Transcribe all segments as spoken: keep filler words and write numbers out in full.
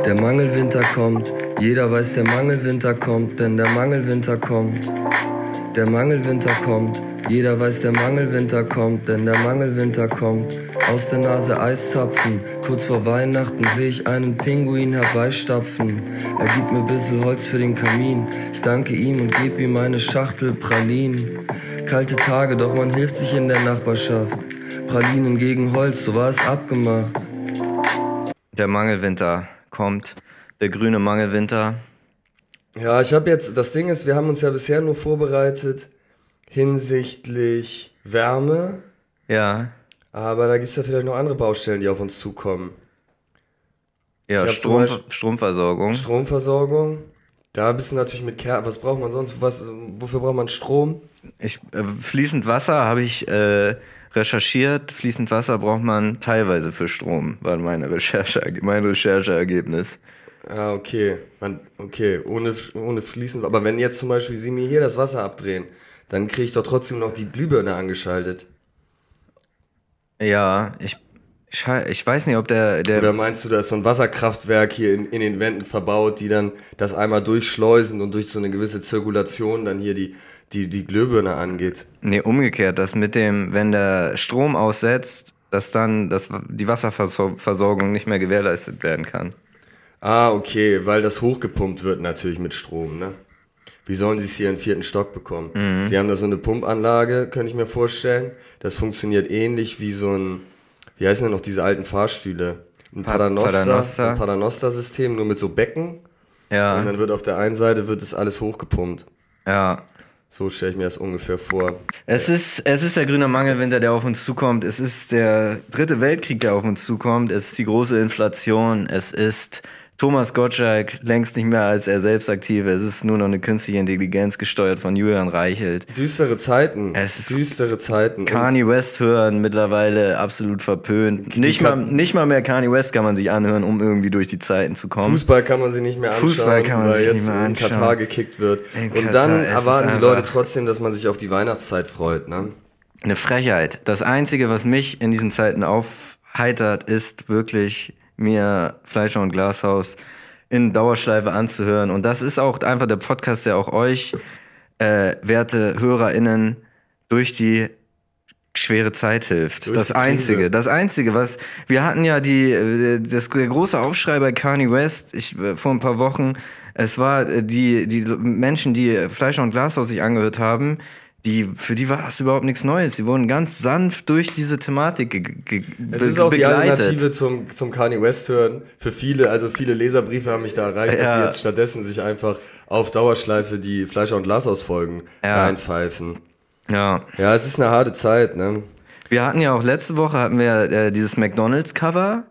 Der Mangelwinter kommt, jeder weiß, der Mangelwinter kommt, denn der Mangelwinter kommt. Der Mangelwinter kommt, jeder weiß, der Mangelwinter kommt, denn der Mangelwinter kommt. Aus der Nase Eiszapfen, kurz vor Weihnachten seh ich einen Pinguin herbeistapfen. Er gibt mir bissel Holz für den Kamin, ich danke ihm und geb ihm eine Schachtel Pralinen. Kalte Tage, doch man hilft sich in der Nachbarschaft. Pralinen gegen Holz, so war es abgemacht. Der Mangelwinter kommt, der grüne Mangelwinter. Ja, ich habe jetzt, das Ding ist, wir haben uns ja bisher nur vorbereitet hinsichtlich Wärme. Ja. Aber da gibt es ja vielleicht noch andere Baustellen, die auf uns zukommen. Ja, Strom, Stromversorgung. Stromversorgung. Da bist du natürlich mit Kerzen. Was braucht man sonst? Was, wofür braucht man Strom? Ich, äh, fließend Wasser habe ich äh, recherchiert. Fließend Wasser braucht man teilweise für Strom, war meine Recherche, mein Rechercheergebnis. Ah, okay. Man, okay, ohne, ohne fließend. Aber wenn jetzt zum Beispiel sie mir hier das Wasser abdrehen, dann kriege ich doch trotzdem noch die Glühbirne angeschaltet. Ja, ich, ich, ich weiß nicht, ob der, der... Oder meinst du, da ist so ein Wasserkraftwerk hier in, in den Wänden verbaut, die dann das einmal durchschleusen und durch so eine gewisse Zirkulation dann hier die, die, die Glühbirne angeht? Nee, umgekehrt, dass mit dem, wenn der Strom aussetzt, dass dann das, die Wasserversorgung nicht mehr gewährleistet werden kann. Ah, okay, weil das hochgepumpt wird natürlich mit Strom, ne? Wie sollen sie es hier im vierten Stock bekommen? Mhm. Sie haben da so eine Pumpanlage, könnte ich mir vorstellen. Das funktioniert ähnlich wie so ein, wie heißen denn noch diese alten Fahrstühle? Ein Paternoster, Paternoster. ein Paternoster-System, nur mit so Becken. Ja. Und dann wird auf der einen Seite wird das alles hochgepumpt. Ja. So stelle ich mir das ungefähr vor. Es ist, es ist der grüne Mangelwinter, der auf uns zukommt. Es ist der dritte Weltkrieg, der auf uns zukommt. Es ist die große Inflation. Es ist Thomas Gottschalk, längst nicht mehr als er selbst aktiv. Es ist nur noch eine künstliche Intelligenz, gesteuert von Julian Reichelt. Düstere Zeiten. Es ist Düstere Zeiten. Kanye West hören, mittlerweile absolut verpönt. Nicht mal, nicht mal mehr Kanye West kann man sich anhören, um irgendwie durch die Zeiten zu kommen. Fußball kann man sich nicht mehr anschauen, Fußball kann man weil sich jetzt nicht mehr anschauen. in Katar gekickt wird. In Und Katar, dann es erwarten ist die Leute einfach trotzdem, dass man sich auf die Weihnachtszeit freut, ne? Eine Frechheit. Das Einzige, was mich in diesen Zeiten aufheitert, ist wirklich mir Fleischer und Glashaus in Dauerschleife anzuhören. Und das ist auch einfach der Podcast, der auch euch, äh, werte HörerInnen, durch die schwere Zeit hilft. Durch Das die Einzige, Krise. das Einzige, was, wir hatten ja die, äh, das, der große Aufschrei bei Kanye West, ich, äh, vor ein paar Wochen, es war äh, die, die Menschen, die Fleischer und Glashaus sich angehört haben, die, für die war es überhaupt nichts Neues. Die wurden ganz sanft durch diese Thematik ge- ge- Es be- ist auch begleitet. die Alternative zum, zum Kanye West hören. Für viele, also viele Leserbriefe haben mich da erreicht, dass Ja. sie jetzt stattdessen sich einfach auf Dauerschleife die Fleischer und Glashaus Folgen Ja. reinpfeifen. Ja. Ja, es ist eine harte Zeit, ne? Wir hatten ja auch letzte Woche hatten wir äh, dieses McDonalds-Cover.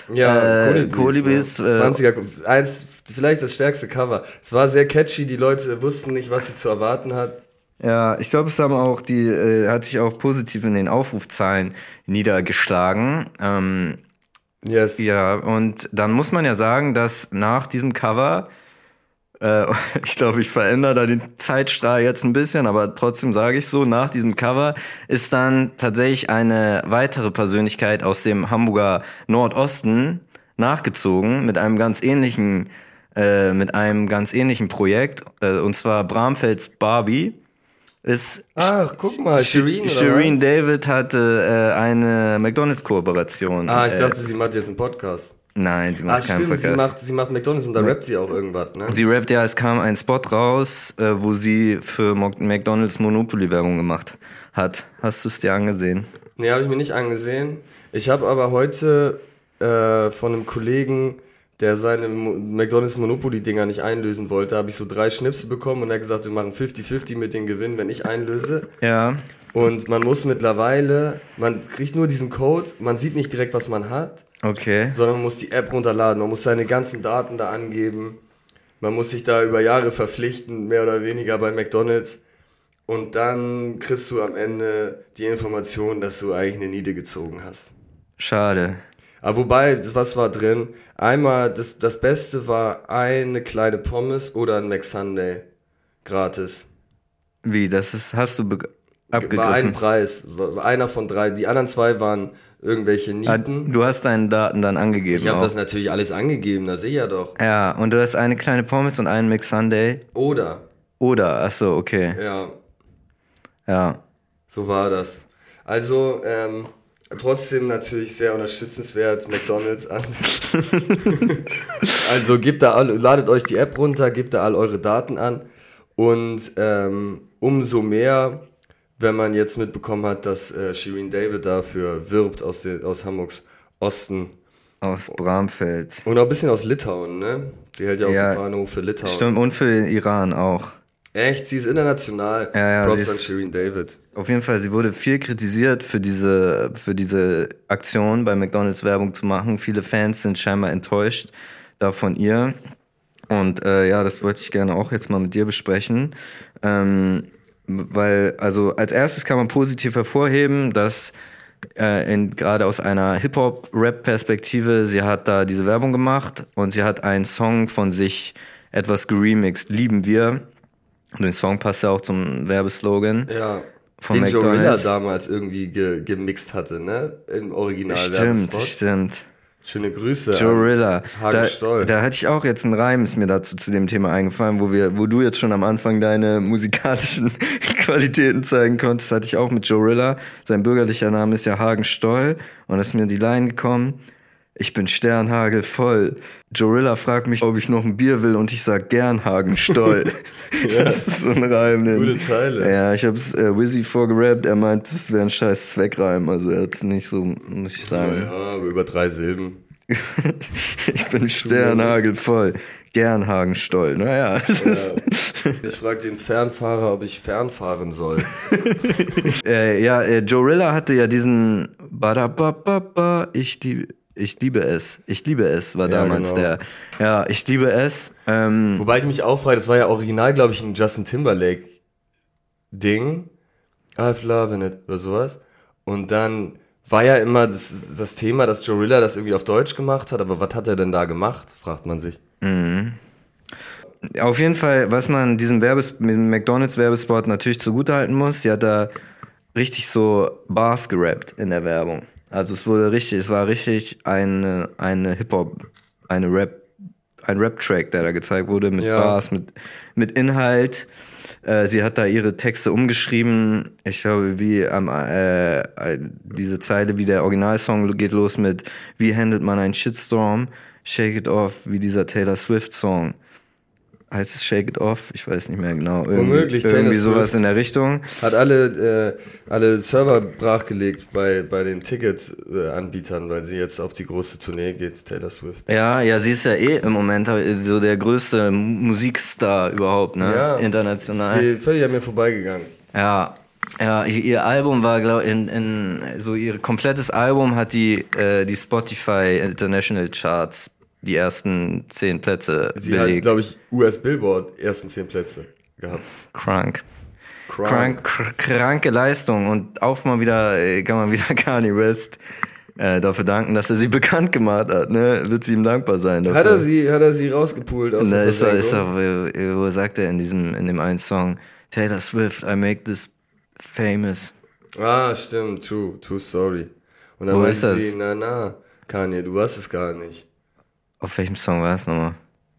Ja, Äh, Kolibris, Kolibris, ne? äh, zwanziger, eins, vielleicht das stärkste Cover. Es war sehr catchy, die Leute wussten nicht, was sie zu erwarten hat. Ja, ich glaube, es haben auch die, äh, hat sich auch positiv in den Aufrufzahlen niedergeschlagen. Ähm, Yes. ja, und dann muss man ja sagen, dass nach diesem Cover, äh, ich glaube, ich verändere da den Zeitstrahl jetzt ein bisschen, aber trotzdem sage ich so, nach diesem Cover ist dann tatsächlich eine weitere Persönlichkeit aus dem Hamburger Nordosten nachgezogen mit einem ganz ähnlichen, äh, mit einem ganz ähnlichen Projekt, äh, und zwar Bramfelds Barbie. Ist Ach, guck mal, Shireen oder Shireen was? David hatte äh, eine McDonalds-Kooperation. Ah, ich äh, dachte, sie macht jetzt einen Podcast. Nein, sie Ah, macht keinen stimmt, Podcast. sie macht, sie macht McDonalds und da rappt sie auch irgendwas, ne? Sie rappt ja, es kam ein Spot raus, äh, wo sie für Mo- McDonalds Monopoly-Werbung gemacht hat. Hast du es dir angesehen? Nee, habe ich mir nicht angesehen. Ich habe aber heute äh, von einem Kollegen, der seine Mo- McDonalds Monopoly-Dinger nicht einlösen wollte, habe ich so drei Schnipsel bekommen und er hat gesagt, wir machen fünfzig fünfzig mit den Gewinn, wenn ich einlöse. Ja. Und man muss mittlerweile, man kriegt nur diesen Code, man sieht nicht direkt, was man hat, Okay. sondern man muss die App runterladen, man muss seine ganzen Daten da angeben, man muss sich da über Jahre verpflichten, mehr oder weniger bei McDonalds. Und dann kriegst du am Ende die Information, dass du eigentlich eine Niete gezogen hast. Schade. Aber wobei, das- was war drin? Einmal, das, das Beste war eine kleine Pommes oder ein McSunday. Gratis. Wie, das ist, hast du be- War ein abgegriffen? Preis. War einer von drei. Die anderen zwei waren irgendwelche Nieten. Du hast deine Daten dann angegeben. Ich habe auch. das natürlich alles angegeben, das sicher doch. Ja, und du hast eine kleine Pommes und einen Mix Sunday. Oder. Oder, achso, okay. Ja. Ja. So war das. Also, ähm, trotzdem natürlich sehr unterstützenswert, McDonald's an sich. Also gebt da all, ladet euch die App runter, gebt da all eure Daten an und ähm, umso mehr, wenn man jetzt mitbekommen hat, dass äh, Shirin David dafür wirbt aus, den, aus Hamburgs Osten. Aus Bramfeld. Und auch ein bisschen aus Litauen, ne? Sie hält ja auch Ja, die Fahne hoch für Litauen. Stimmt, und für den Iran auch. Echt, sie ist international. Ja, ja, Props sie an ist- Shirin David. Auf jeden Fall, sie wurde viel kritisiert für diese, für diese Aktion, bei McDonald's Werbung zu machen. Viele Fans sind scheinbar enttäuscht da von ihr. Und äh, ja, das wollte ich gerne auch jetzt mal mit dir besprechen. Ähm, weil, also als erstes kann man positiv hervorheben, dass äh, in, gerade aus einer Hip-Hop-Rap-Perspektive, sie hat da diese Werbung gemacht und sie hat einen Song von sich etwas geremixed, Lieben wir. Und der Song passt ja auch zum Werbeslogan. Ja. Von Den Joe Rilla McDonald's. damals irgendwie ge gemixt hatte, ne? Im Original. Stimmt, Werbespot. stimmt. Schöne Grüße. Joe an Rilla. Hagen Da, Stoll. da hatte ich auch jetzt einen Reim, ist mir dazu zu dem Thema eingefallen, wo wir, wo du jetzt schon am Anfang deine musikalischen Qualitäten zeigen konntest, hatte ich auch mit Joe Rilla. Sein bürgerlicher Name ist ja Hagen Stoll und da ist mir die Line gekommen. Ich bin sternhagelvoll. Joe Rilla fragt mich, ob ich noch ein Bier will und ich sag gern Hagen Stoll. Ja. Das ist so ein Reim. Ne? Gute Zeile. Ja, ich hab's äh, Wizzy vorgerappt, er meint, das wäre ein scheiß Zweckreim, also er hat's nicht so, muss ich sagen. Ja, aber über drei Silben. Ich bin sternhagelvoll. Gern Hagen Stoll. Naja, es Ja. ist, Ich frage den Fernfahrer, ob ich fernfahren soll. äh, ja, äh, Joe Rilla hatte ja diesen Badabababa, ich liebe, ich liebe es. Ich liebe es, war Ja, damals genau. der. Ja, ich liebe es. Ähm, Wobei ich mich auch frage, das war ja original, glaube ich, ein Justin Timberlake Ding. I've loving it oder sowas. Und dann war ja immer das, das Thema, dass Joe Rilla das irgendwie auf Deutsch gemacht hat, aber was hat er denn da gemacht, fragt man sich. Auf jeden Fall, was man diesem, Werbes diesem McDonalds-Werbespot natürlich zugutehalten muss, sie hat da richtig so Bars gerappt in der Werbung. Also es wurde richtig, es war richtig eine, eine Hip-Hop, eine Rap, ein Rap-Track, der da gezeigt wurde, mit Ja. Bars, mit, mit Inhalt. Äh, sie hat da ihre Texte umgeschrieben. Ich glaube, wie am, äh, äh, diese Zeile, wie der Originalsong geht los mit Wie handelt man einen Shitstorm? Shake It Off, wie dieser Taylor Swift-Song. Heißt es Shake It Off? Ich weiß nicht mehr genau. Irgendwie, Womöglich, Taylor irgendwie sowas Swift. in der Richtung. Hat alle, äh, alle Server brachgelegt bei, bei den Ticket-Anbietern, weil sie jetzt auf die große Tournee geht, Taylor Swift. Ja, ja, sie ist ja eh im Moment so der größte Musikstar überhaupt, ne? Ja, International. Ist völlig an mir vorbeigegangen. Ja, ja, ihr Album war, glaube ich, in, in, so ihr komplettes Album hat die, äh, die Spotify International Charts die ersten zehn Plätze Sie hat, belegt. glaube ich, U S Billboard ersten zehn Plätze gehabt. Krank. Krank. Krank, kr- kranke Leistung und auch mal wieder, äh, kann man wieder Kanye West äh, dafür danken, dass er sie bekannt gemacht hat, ne? Wird sie ihm dankbar sein dafür. Hat er sie, hat er sie rausgepult aus Ne, der ist doch, ist Versenkung? doch, wo, wo sagt er in diesem, in dem einen Song, Taylor Swift, I make this famous. Ah, stimmt, true, true story. Und dann Wo meinte ist das? sie, na na, Kanye, du weißt es gar nicht. Auf welchem Song war es nochmal?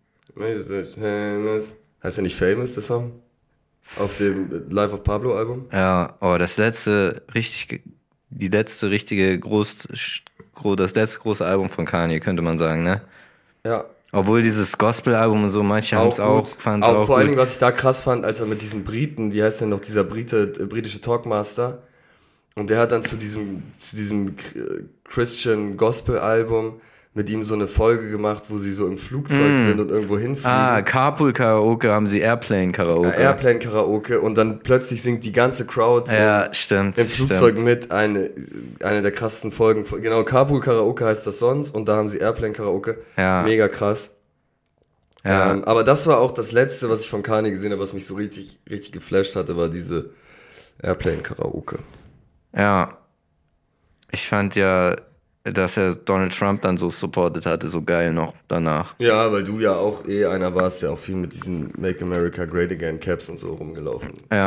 Famous. Heißt der nicht Famous, der Song? Auf dem Life of Pablo Album? Ja, oh, das letzte richtig, die letzte richtige groß, gro- das letzte große Album von Kanye, könnte man sagen, ne? Ja. Obwohl dieses Gospel-Album und so, manche haben es auch, gut. fanden es auch auch vor gut. allen Dingen, was ich da krass fand, als er mit diesem Briten, wie heißt denn noch, dieser Brite, äh, britische Talkmaster, und der hat dann zu diesem, zu diesem äh, Christian Gospel Album mit ihm so eine Folge gemacht, wo sie so im Flugzeug sind und irgendwo hinfliegen. Ah, Carpool Karaoke haben sie Airplane Karaoke. Ja, Airplane Karaoke, und dann plötzlich singt die ganze Crowd Ja, im, stimmt. im Flugzeug stimmt. mit. Eine, eine der krassesten Folgen. Genau, Carpool Karaoke heißt das sonst, und da haben sie Airplane Karaoke. Ja. Mega krass. Ja. Ähm, aber das war auch das Letzte, was ich von Kanye gesehen habe, was mich so richtig, richtig geflasht hatte, war diese Airplane Karaoke. Ja. Ich fand ja, dass er Donald Trump dann so supportet hatte, so geil noch danach. Ja, weil du ja auch eh einer warst, der auch viel mit diesen Make America Great Again Caps und so rumgelaufen Ja. ist.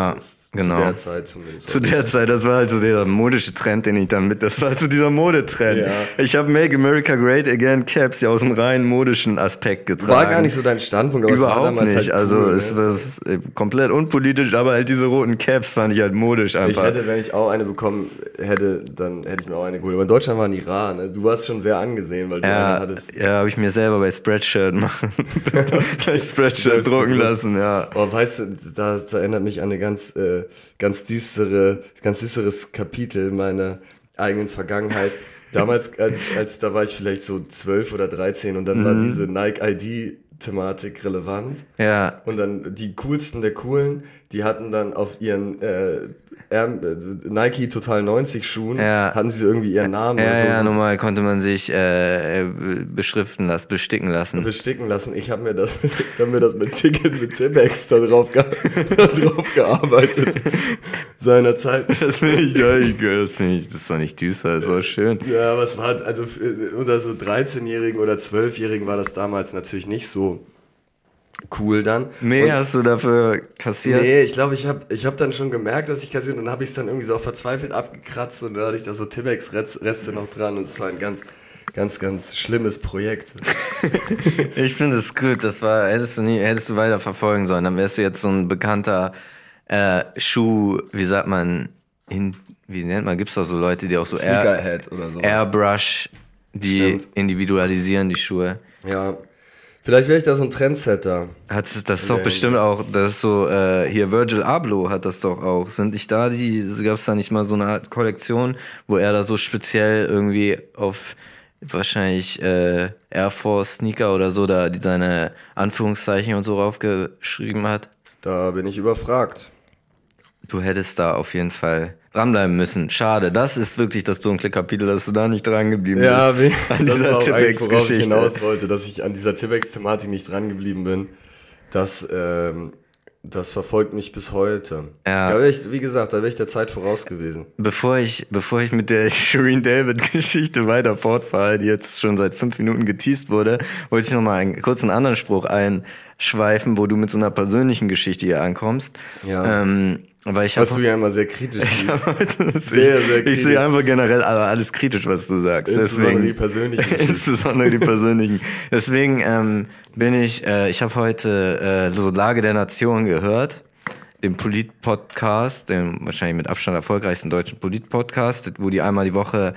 Genau. Zu der Zeit zumindest. Zu der Zeit, das war halt so der modische Trend, den ich dann mit, das war halt so dieser Modetrend. Ja. Ich habe Make America Great Again Caps ja aus dem rein modischen Aspekt getragen. War gar nicht so dein Standpunkt, aber Überhaupt es war damals nicht, halt also cool, es ne? war komplett unpolitisch, aber halt diese roten Caps fand ich halt modisch einfach. Ich hätte, wenn ich auch eine bekommen hätte, dann hätte ich mir auch eine geholt. Aber in Deutschland waren die rar, ne? Du warst schon sehr angesehen, weil du ja, eine hattest. ja, habe ich mir selber bei Spreadshirt machen. bei Spreadshirt drucken lassen, ja. Aber weißt du, das, das erinnert mich an eine ganz, äh, ganz düstere, ganz düsteres Kapitel meiner eigenen Vergangenheit. Damals, als, als da war ich vielleicht so zwölf oder dreizehn und dann mhm. war diese Nike I D-Thematik relevant. Ja. Und dann die coolsten der coolen, die hatten dann auf ihren äh, Air, äh, Nike Total neunzig Schuhen, ja. hatten sie irgendwie ihren Namen. Ja, oder so. ja, normal konnte man sich äh, beschriften lassen, besticken lassen. Besticken lassen. Ich habe mir das, ich hab mir das mit Ticket mit Tipex da drauf, ge da drauf gearbeitet seinerzeit. Das finde ich geil. Das finde ich, das ist doch nicht düster, das ist auch schön. Ja, aber es war, also unter so dreizehnjährigen oder zwölfjährigen war das damals natürlich nicht so cool dann. Nee, und hast du dafür kassiert? Nee, ich glaube, ich habe ich hab dann schon gemerkt, dass ich kassiert und dann habe ich es dann irgendwie so verzweifelt abgekratzt und dann hatte ich da so Tipex-Reste noch dran und es war ein ganz, ganz, ganz schlimmes Projekt. Ich finde es gut, das war, hättest du nie, hättest du weiter verfolgen sollen, dann wärst du jetzt so ein bekannter äh, Schuh, wie sagt man, in, wie nennt man, gibt's doch so Leute, die auch so Sneakerhead oder sowas. Airbrush, die Stimmt. individualisieren die Schuhe. Ja. Vielleicht wäre ich da so ein Trendsetter. Hat es das doch bestimmt auch, das ist so, äh, hier Virgil Abloh hat das doch auch. Sind nicht da, die, gab es da nicht mal so eine Art Kollektion, wo er da so speziell irgendwie auf wahrscheinlich äh, Air Force Sneaker oder so da die seine Anführungszeichen und so raufgeschrieben hat? Da bin ich überfragt. Du hättest da auf jeden Fall dranbleiben müssen. Schade, das ist wirklich das dunkle Kapitel, dass du da nicht dran geblieben ja, bist. Ja, an das dieser war auch eigentlich, worauf ich Tipex-Geschichte. hinaus wollte, dass ich an dieser Tipex-Thematik nicht dran geblieben bin. Das, ähm, das verfolgt mich bis heute. Ja. Da wär ich, wie gesagt, da wäre ich der Zeit voraus gewesen. Bevor ich, bevor ich mit der Shireen David-Geschichte weiter fortfahre, die jetzt schon seit fünf Minuten geteased wurde, wollte ich noch mal einen kurzen anderen Spruch einschweifen, wo du mit so einer persönlichen Geschichte hier ankommst. Ja. Ähm, Weil ich was hab, du ja immer sehr kritisch siehst. sehr, sehr, sehr kritisch. Ich sehe einfach generell alles kritisch, was du sagst. Insbesondere Deswegen, die persönlichen. insbesondere die persönlichen. Deswegen ähm, bin ich, äh, ich habe heute äh, so Lage der Nation gehört, dem Polit-Podcast, dem wahrscheinlich mit Abstand erfolgreichsten deutschen Polit-Podcast, wo die einmal die Woche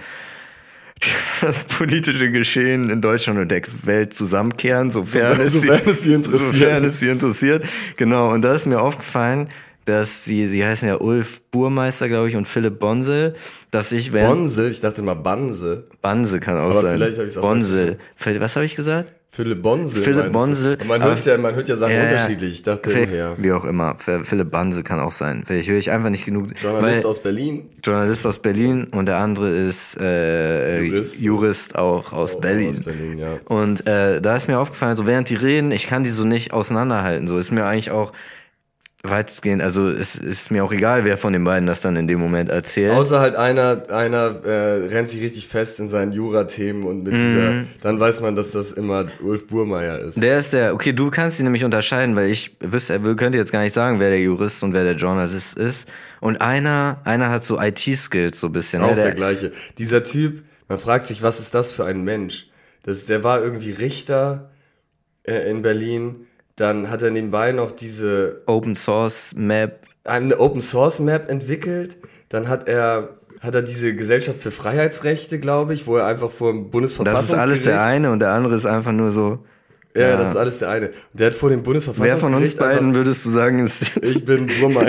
das politische Geschehen in Deutschland und der Welt zusammenkehren, sofern, so, es, sofern sie, es sie interessiert. Sofern es sie interessiert. Genau, und da ist mir aufgefallen, dass sie, sie heißen ja Ulf Burmeister, glaube ich, und Philipp Bonsel, dass ich während... Bonsel? Ich dachte mal Banse. Banse kann auch aber sein. Vielleicht habe ich es auch Bonsel. Was habe ich gesagt? Philipp Bonsel. Philipp Bonsel. Man hört ja, man hört ja Sachen ja, unterschiedlich. Ich dachte, ja. Wie auch immer. Philipp Bonsel kann auch sein. Vielleicht höre ich einfach nicht genug. Journalist aus Berlin. Journalist aus Berlin und der andere ist äh, Jurist. Jurist auch aus oh, Berlin. Aus Berlin, ja. Und äh, da ist mir aufgefallen, so während die reden, ich kann die so nicht auseinanderhalten. So ist mir eigentlich auch weitestgehend, also es ist mir auch egal, wer von den beiden das dann in dem Moment erzählt. Außer halt einer, einer äh, rennt sich richtig fest in seinen Jura-Themen und mit mm. dieser, dann weiß man, dass das immer Ulf Burmeier ist. Der ist der, okay, du kannst ihn nämlich unterscheiden, weil ich wüsste, er könnte jetzt gar nicht sagen, wer der Jurist und wer der Journalist ist. Und einer, einer hat so I T-Skills so ein bisschen. Auch ne? der, der gleiche. Dieser Typ, man fragt sich, was ist das für ein Mensch? Das, der war irgendwie Richter äh, in Berlin. Dann hat er nebenbei noch diese Open Source Map, eine Open Source Map entwickelt. Dann hat er hat er diese Gesellschaft für Freiheitsrechte, glaube ich, wo er einfach vor dem Bundesverfassungsgericht... Das ist alles der eine und der andere ist einfach nur so... Ja, ja, das ist alles der eine. Und der hat vor dem Bundesverfassungsgericht... Wer von uns beiden einfach, würdest du sagen, ist... Ich bin Burmeier.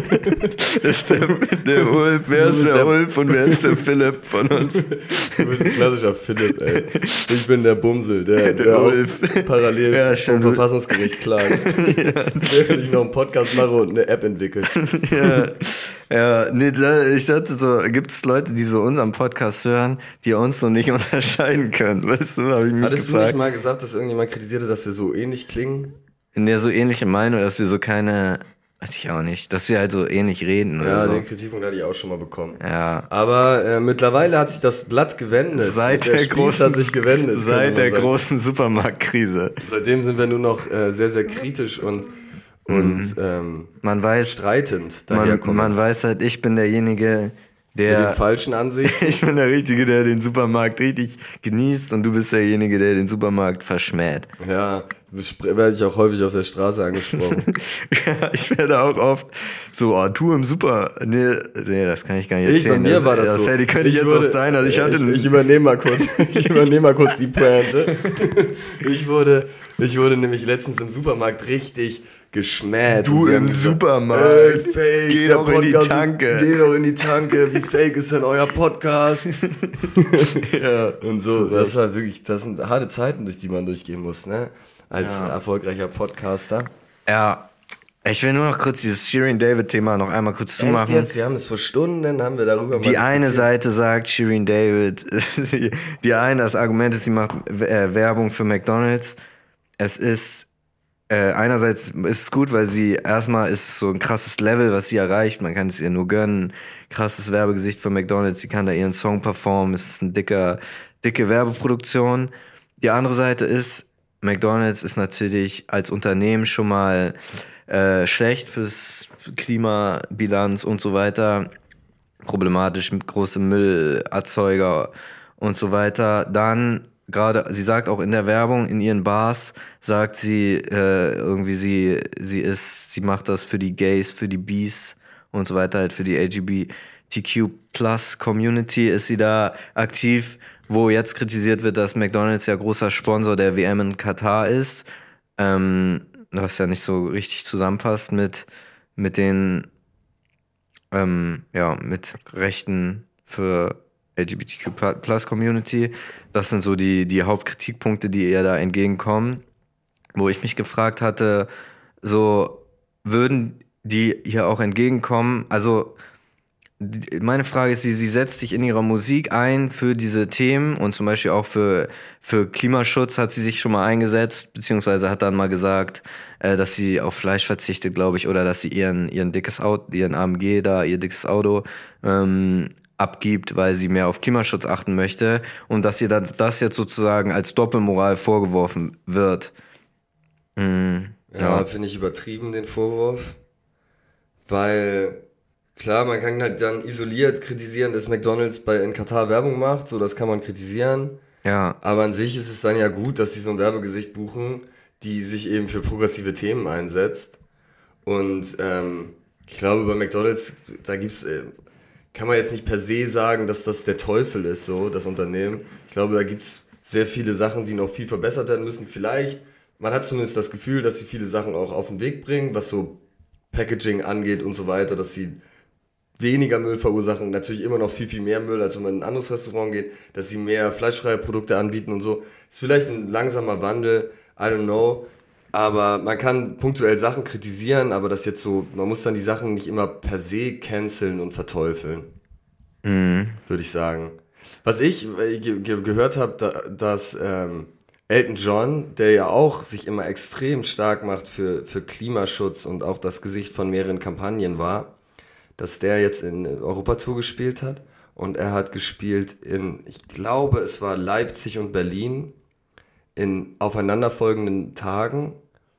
ist der, der Ulf, wer ist der, der Ulf und wer ist der Philipp von uns? Du bist ein klassischer Philipp, ey. Ich bin der Bumsel, der, der, der Ulf parallel ja, vom Verfassungsgericht klagt. Ja. Während ich noch einen Podcast mache und eine App entwickle. Ja, ja, nee, ich dachte so, gibt es Leute, die so unseren Podcast hören, die uns so nicht unterscheiden können, weißt du, habe ich mich Hattest gefragt. du nicht mal gesagt, dass irgendjemand kritisiert, dass wir so ähnlich klingen? In der so ähnliche Meinung, dass wir so keine, weiß ich auch nicht, dass wir halt so ähnlich reden ja, oder so. Den Kritikpunkt hatte ich auch schon mal bekommen. Ja. Aber äh, mittlerweile hat sich das Blatt gewendet. Seit der, der großen, hat sich gewendet. Seit der sagen. großen Supermarktkrise. Seitdem sind wir nur noch äh, sehr, sehr kritisch und und ähm, man weiß, streitend man, daherkommt. man weiß halt, ich bin derjenige, Mit der... den falschen Ansichten. Ich bin der Richtige, der den Supermarkt richtig genießt und du bist derjenige, der den Supermarkt verschmäht. Ja, werde ich auch häufig auf der Straße angesprochen. Ja, ich werde auch oft so, oh, du im Super... Nee, nee, das kann ich gar nicht Ich, bei erzählen. mir das, war das, das so. hätte, könnte ich, Ich jetzt wurde, aus deiner... Also ich, hatte ich, ich übernehme mal kurz, ich übernehme mal kurz die Pointe. Ich wurde, ich wurde nämlich letztens im Supermarkt richtig geschmäht. Du Sie im haben gesagt, Supermarkt. Ey, fake, Geh der doch in die Podcast Tanke. Ist, geh doch in die Tanke. Wie fake ist denn euer Podcast? Ja, Und so, das war wirklich, das sind harte Zeiten, durch die man durchgehen muss, ne? Als Ja. erfolgreicher Podcaster. Ja, ich will nur noch kurz dieses Shirin David-Thema noch einmal kurz Echt zumachen. jetzt? Wir haben es vor Stunden, haben wir darüber mal Die eine diskutiert. Seite sagt, Shirin David, die, die eine, das Argument ist, sie macht äh, Werbung für McDonald's. Es ist, äh, einerseits ist es gut, weil sie, erstmal ist es so ein krasses Level, was sie erreicht. Man kann es ihr nur gönnen. Krasses Werbegesicht für McDonald's. Sie kann da ihren Song performen. Es ist eine dicker, dicke Werbeproduktion. Die andere Seite ist, McDonald's ist natürlich als Unternehmen schon mal äh, schlecht fürs Klimabilanz und so weiter. Problematisch mit großem Müllerzeuger und so weiter. Dann gerade, sie sagt auch in der Werbung, in ihren Bars, sagt sie äh, irgendwie, sie sie ist, sie macht das für die Gays, für die Bs und so weiter, halt für die L G B T Q Plus Community ist sie da aktiv, wo jetzt kritisiert wird, dass McDonald's ja großer Sponsor der W M in Katar ist, ähm, was ja nicht so richtig zusammenpasst mit mit den ähm, ja, mit Rechten für L G B T Q Plus Community. Das sind so die, die Hauptkritikpunkte, die ihr da entgegenkommen. Wo ich mich gefragt hatte, so würden die hier auch entgegenkommen? Also die, meine Frage ist, sie, sie setzt sich in ihrer Musik ein für diese Themen und zum Beispiel auch für, für Klimaschutz hat sie sich schon mal eingesetzt, beziehungsweise hat dann mal gesagt, äh, dass sie auf Fleisch verzichtet, glaube ich, oder dass sie ihren, ihren dickes Auto, ihren A M G da, ihr dickes Auto, ähm, abgibt, weil sie mehr auf Klimaschutz achten möchte und dass ihr das, das jetzt sozusagen als Doppelmoral vorgeworfen wird. Mhm. Ja, Ja. finde ich übertrieben, den Vorwurf. Weil, klar, man kann halt dann isoliert kritisieren, dass McDonald's bei in Katar Werbung macht, so das kann man kritisieren. Ja, Aber an sich ist es dann ja gut, dass sie so ein Werbegesicht buchen, die sich eben für progressive Themen einsetzt. Und ähm, ich glaube, bei McDonald's, da gibt's, äh, kann man jetzt nicht per se sagen, dass das der Teufel ist, so, das Unternehmen. Ich glaube, da gibt's sehr viele Sachen, die noch viel verbessert werden müssen. Vielleicht, man hat zumindest das Gefühl, dass sie viele Sachen auch auf den Weg bringen, was so Packaging angeht und so weiter, dass sie weniger Müll verursachen, natürlich immer noch viel, viel mehr Müll, als wenn man in ein anderes Restaurant geht, dass sie mehr fleischfreie Produkte anbieten und so. Ist vielleicht ein langsamer Wandel, I don't know, aber man kann punktuell Sachen kritisieren, aber das jetzt so, man muss dann die Sachen nicht immer per se canceln und verteufeln, mhm. würde ich sagen. Was ich äh, ge ge gehört habe, da, dass ähm, Elton John, der ja auch sich immer extrem stark macht für, für Klimaschutz und auch das Gesicht von mehreren Kampagnen war, dass der jetzt in Europatour gespielt hat und er hat gespielt in, ich glaube, es war Leipzig und Berlin in aufeinanderfolgenden Tagen.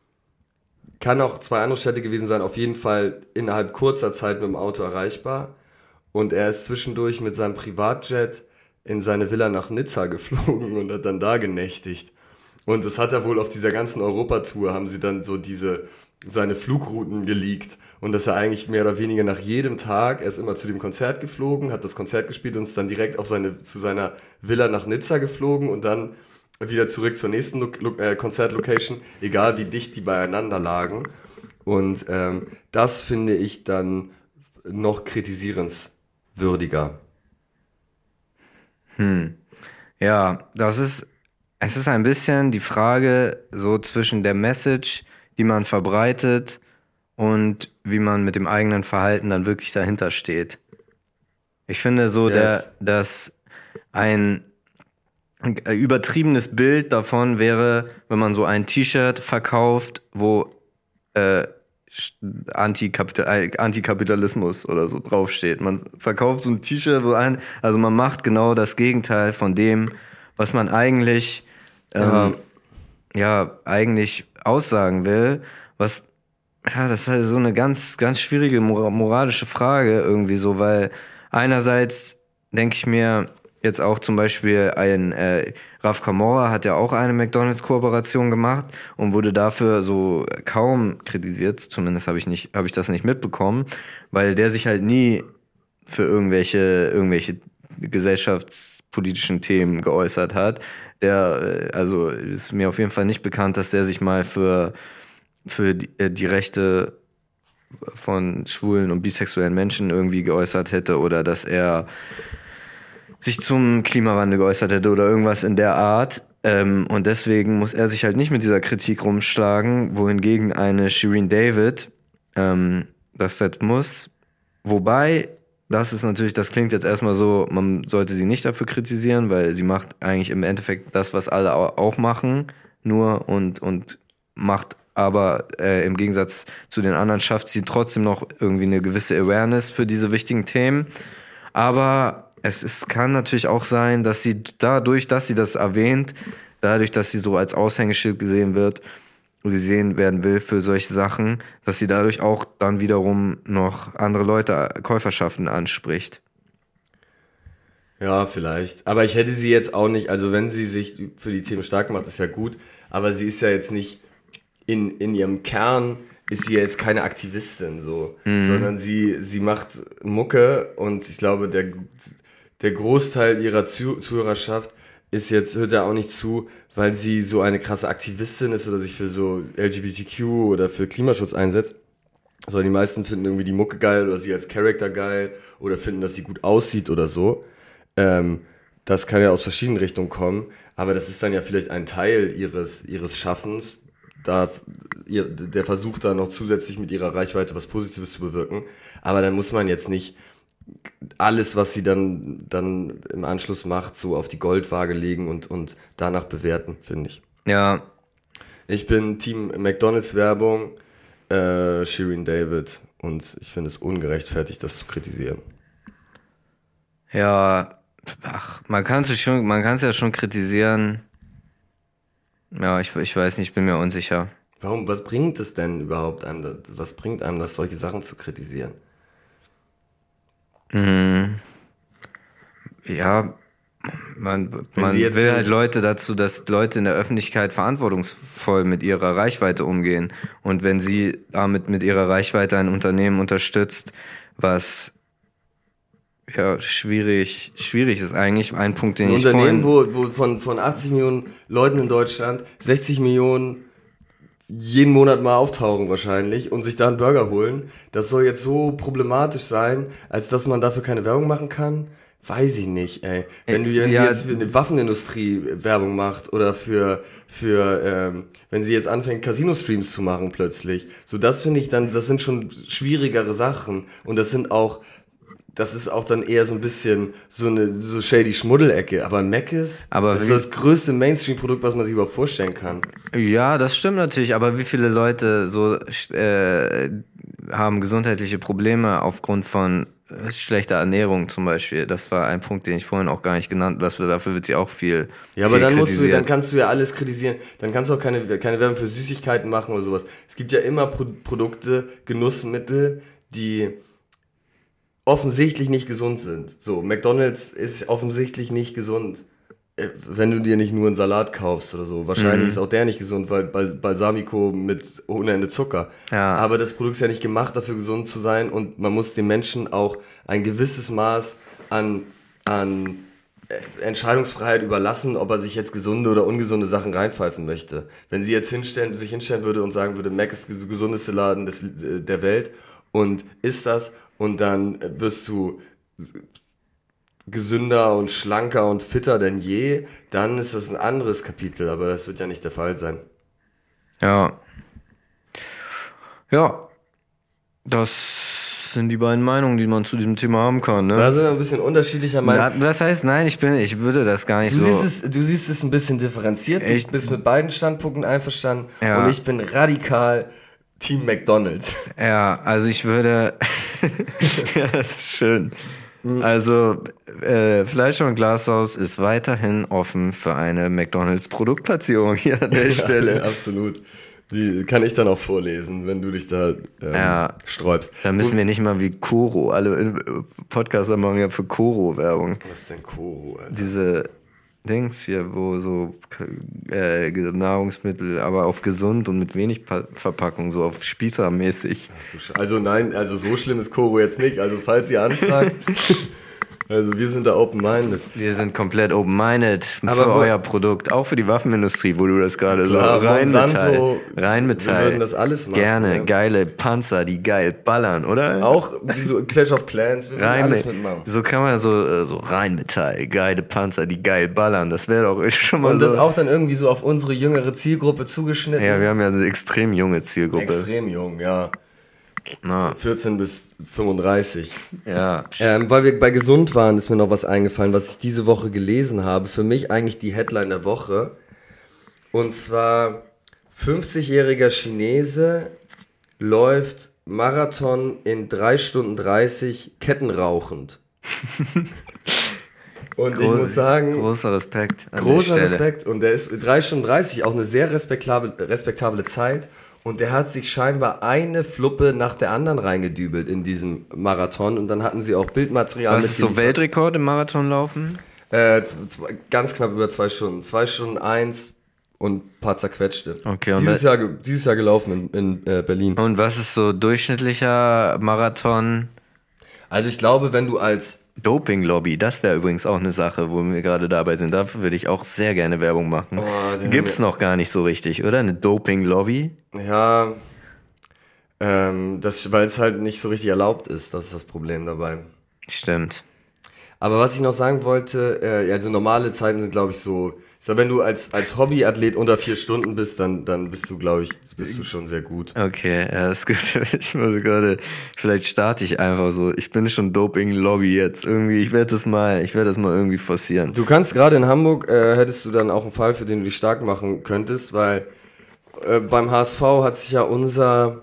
Kann auch zwei andere Städte gewesen sein, auf jeden Fall innerhalb kurzer Zeit mit dem Auto erreichbar. Und er ist zwischendurch mit seinem Privatjet in seine Villa nach Nizza geflogen und hat dann da genächtigt. Und das hat er wohl auf dieser ganzen Europatour, haben sie dann so diese, seine Flugrouten geleakt. Und dass er eigentlich mehr oder weniger nach jedem Tag, er ist immer zu dem Konzert geflogen, hat das Konzert gespielt und ist dann direkt auf seine, zu seiner Villa nach Nizza geflogen und dann wieder zurück zur nächsten Lo Lo äh, Konzertlocation, egal wie dicht die beieinander lagen. Und ähm, das finde ich dann noch kritisierenswürdiger. Hm. Ja, das ist, es ist ein bisschen die Frage so zwischen der Message, die man verbreitet und wie man mit dem eigenen Verhalten dann wirklich dahinter steht. Ich finde so, Yes. der, dass ein übertriebenes Bild davon wäre, wenn man so ein T-Shirt verkauft, wo äh, Antikapital- Antikapitalismus oder so draufsteht. Man verkauft so ein T-Shirt, wo ein, also man macht genau das Gegenteil von dem, was man eigentlich, ähm, ja. ja, eigentlich aussagen will, was Ja, das ist halt so eine ganz, ganz schwierige mora- moralische Frage irgendwie so, weil einerseits denke ich mir jetzt auch zum Beispiel ein äh, Raf Kamora hat ja auch eine McDonalds-Kooperation gemacht und wurde dafür so kaum kritisiert, zumindest habe ich nicht, habe ich das nicht mitbekommen, weil der sich halt nie für irgendwelche, irgendwelche gesellschaftspolitischen Themen geäußert hat. Der, äh, also ist mir auf jeden Fall nicht bekannt, dass der sich mal für, für die, äh, die Rechte von schwulen und bisexuellen Menschen irgendwie geäußert hätte oder dass er sich zum Klimawandel geäußert hätte oder irgendwas in der Art. Ähm, und deswegen muss er sich halt nicht mit dieser Kritik rumschlagen, wohingegen eine Shireen David ähm, das halt muss. Wobei, das ist natürlich, das klingt jetzt erstmal so, man sollte sie nicht dafür kritisieren, weil sie macht eigentlich im Endeffekt das, was alle auch machen, nur und, und macht aber äh, im Gegensatz zu den anderen schafft sie trotzdem noch irgendwie eine gewisse Awareness für diese wichtigen Themen. Aber es ist, kann natürlich auch sein, dass sie dadurch, dass sie das erwähnt, dadurch, dass sie so als Aushängeschild gesehen wird, gesehen werden will für solche Sachen, dass sie dadurch auch dann wiederum noch andere Leute, Käuferschaften anspricht. Ja, vielleicht. Aber ich hätte sie jetzt auch nicht, also wenn sie sich für die Themen stark macht, ist ja gut, aber sie ist ja jetzt nicht in, in ihrem Kern, ist sie ja jetzt keine Aktivistin, so, mhm. sondern sie, sie macht Mucke und ich glaube, der, der Großteil ihrer Zuh- Zuhörerschaft ist jetzt, hört ja auch nicht zu, weil sie so eine krasse Aktivistin ist oder sich für so L G B T Q oder für Klimaschutz einsetzt. Sondern die meisten finden irgendwie die Mucke geil oder sie als Charakter geil oder finden, dass sie gut aussieht oder so. Ähm, das kann ja aus verschiedenen Richtungen kommen, aber das ist dann ja vielleicht ein Teil ihres, ihres Schaffens, da ihr, der Versuch da noch zusätzlich mit ihrer Reichweite was Positives zu bewirken. Aber dann muss man jetzt nicht alles, was sie dann, dann im Anschluss macht, so auf die Goldwaage legen und, und danach bewerten, finde ich. Ja. Ich bin Team McDonalds-Werbung, äh, Shireen David, und ich finde es ungerechtfertigt, das zu kritisieren. Ja, ach, man kann es schon, man kann es ja schon kritisieren. Ja, ich, ich weiß nicht, ich bin mir unsicher. Warum, was bringt es denn überhaupt einem, das, was bringt einem das, solche Sachen zu kritisieren? Mhm. Ja, man, man will so halt Leute dazu, dass Leute in der Öffentlichkeit verantwortungsvoll mit ihrer Reichweite umgehen. Und wenn sie damit mit ihrer Reichweite ein Unternehmen unterstützt, was ja schwierig, schwierig ist eigentlich, ein Punkt, den ein ich Unternehmen, vorhin... wo, wo von, von achtzig Millionen Leuten in Deutschland sechzig Millionen jeden Monat mal auftauchen wahrscheinlich und sich da einen Burger holen, das soll jetzt so problematisch sein, als dass man dafür keine Werbung machen kann? Weiß ich nicht, ey. Wenn, du, wenn ja, sie jetzt für eine Waffenindustrie Werbung macht oder für, für ähm, wenn sie jetzt anfängt, Casino-Streams zu machen plötzlich, so das finde ich dann, das sind schon schwierigere Sachen und das sind auch, das ist auch dann eher so ein bisschen so eine so shady Schmuddelecke. Aber Mc's, aber das ist das größte Mainstream-Produkt, was man sich überhaupt vorstellen kann. Ja, das stimmt natürlich. Aber wie viele Leute so äh, haben gesundheitliche Probleme aufgrund von schlechter Ernährung zum Beispiel? Das war ein Punkt, den ich vorhin auch gar nicht genannt habe. Dafür wird sie auch viel Ja, aber viel dann musst kritisiert. du, dann kannst du ja alles kritisieren. Dann kannst du auch keine, keine Werbung für Süßigkeiten machen oder sowas. Es gibt ja immer Pro- Produkte, Genussmittel, die offensichtlich nicht gesund sind. So, McDonald's ist offensichtlich nicht gesund, wenn du dir nicht nur einen Salat kaufst oder so. Wahrscheinlich mhm. ist auch der nicht gesund, weil Bal- Balsamico mit ohne Ende Zucker. Ja. Aber das Produkt ist ja nicht gemacht, dafür gesund zu sein und man muss den Menschen auch ein gewisses Maß an, an Entscheidungsfreiheit überlassen, ob er sich jetzt gesunde oder ungesunde Sachen reinpfeifen möchte. Wenn sie jetzt hinstellen, sich hinstellen würde und sagen würde, Mac ist der gesundeste Laden des, der Welt und ist das, und dann wirst du gesünder und schlanker und fitter denn je, dann ist das ein anderes Kapitel, aber das wird ja nicht der Fall sein. Ja. Ja. Das sind die beiden Meinungen, die man zu diesem Thema haben kann, ne? Da sind wir ein bisschen unterschiedlicher Meinung. Na, das heißt, nein, ich bin, ich würde das gar nicht du so... Siehst es, du siehst es ein bisschen differenziert, du ich, bist mit beiden Standpunkten einverstanden ja. und ich bin radikal Team McDonald's. Ja, also ich würde... ja, das ist schön. Also, äh, Fleischer und Glashaus ist weiterhin offen für eine McDonalds-Produktplatzierung hier an der ja, Stelle. Absolut. Die kann ich dann auch vorlesen, wenn du dich da ähm, Ja. sträubst. Da müssen wir nicht mal wie Koro, alle Podcaster machen ja für Koro Werbung. Was ist denn Koro, Alter? Diese Dings hier, wo so äh, Nahrungsmittel, aber auf gesund und mit wenig pa- Verpackung, so auf Spießermäßig. Also nein, also so schlimm ist Koro jetzt nicht. Also falls ihr anfragt, also wir sind da open-minded. Wir sind komplett open-minded Aber für wo- euer Produkt, auch für die Waffenindustrie, wo du das gerade so Klar, Rheinmetall, Monsanto, Rheinmetall. wir würden das alles machen, Gerne, ja. geile Panzer, die geil ballern, oder? Auch wie so Clash of Clans, wir würden Rein, alles mitmachen. so kann man so, äh, so Rheinmetall, geile Panzer, die geil ballern, das wäre doch schon mal Und so. das auch dann irgendwie so auf unsere jüngere Zielgruppe zugeschnitten. Ja, wir haben ja eine extrem junge Zielgruppe. Extrem jung, ja. Na, vierzehn bis fünfunddreißig. ja. Ähm, weil wir bei gesund waren, ist mir noch was eingefallen, was ich diese Woche gelesen habe. Für mich eigentlich die Headline der Woche. Und zwar fünfzigjähriger Chinese läuft Marathon in drei Stunden dreißig kettenrauchend. Und ich Groß- muss sagen, großer Respekt. an der großer Stelle. Respekt. Und der ist drei Stunden dreißig, auch eine sehr respektable, respektable Zeit. Und der hat sich scheinbar eine Fluppe nach der anderen reingedübelt in diesem Marathon. Und dann hatten sie auch Bildmaterial Was ist so mitgeliefert. Weltrekord im Marathonlaufen? Äh, z- z- ganz knapp über zwei Stunden. Zwei Stunden eins und ein paar zerquetschte. Okay, und dieses, da- Jahr, ge- dieses Jahr gelaufen in, in äh, Berlin. Und was ist so durchschnittlicher Marathon? Also ich glaube, wenn du als... Doping-Lobby, das wäre übrigens auch eine Sache, wo wir gerade dabei sind. Dafür würde ich auch sehr gerne Werbung machen. Oh, den Gibt's haben noch gar nicht so richtig, oder? Eine Doping-Lobby? Ja, ähm, das, weil es halt nicht so richtig erlaubt ist. Das ist das Problem dabei. Stimmt. Aber was ich noch sagen wollte, äh, also normale Zeiten sind, glaube ich, so, so, wenn du als, als Hobbyathlet unter vier Stunden bist, dann, dann bist du, glaube ich, bist du schon sehr gut. Okay, ja, es gibt, ich muss gerade, vielleicht starte ich einfach so. Ich bin schon Doping-Lobby jetzt. Irgendwie, ich werde das mal, ich werde das mal irgendwie forcieren. Du kannst gerade in Hamburg, äh, hättest du dann auch einen Fall, für den du dich stark machen könntest, weil äh, beim H S V hat sich ja unser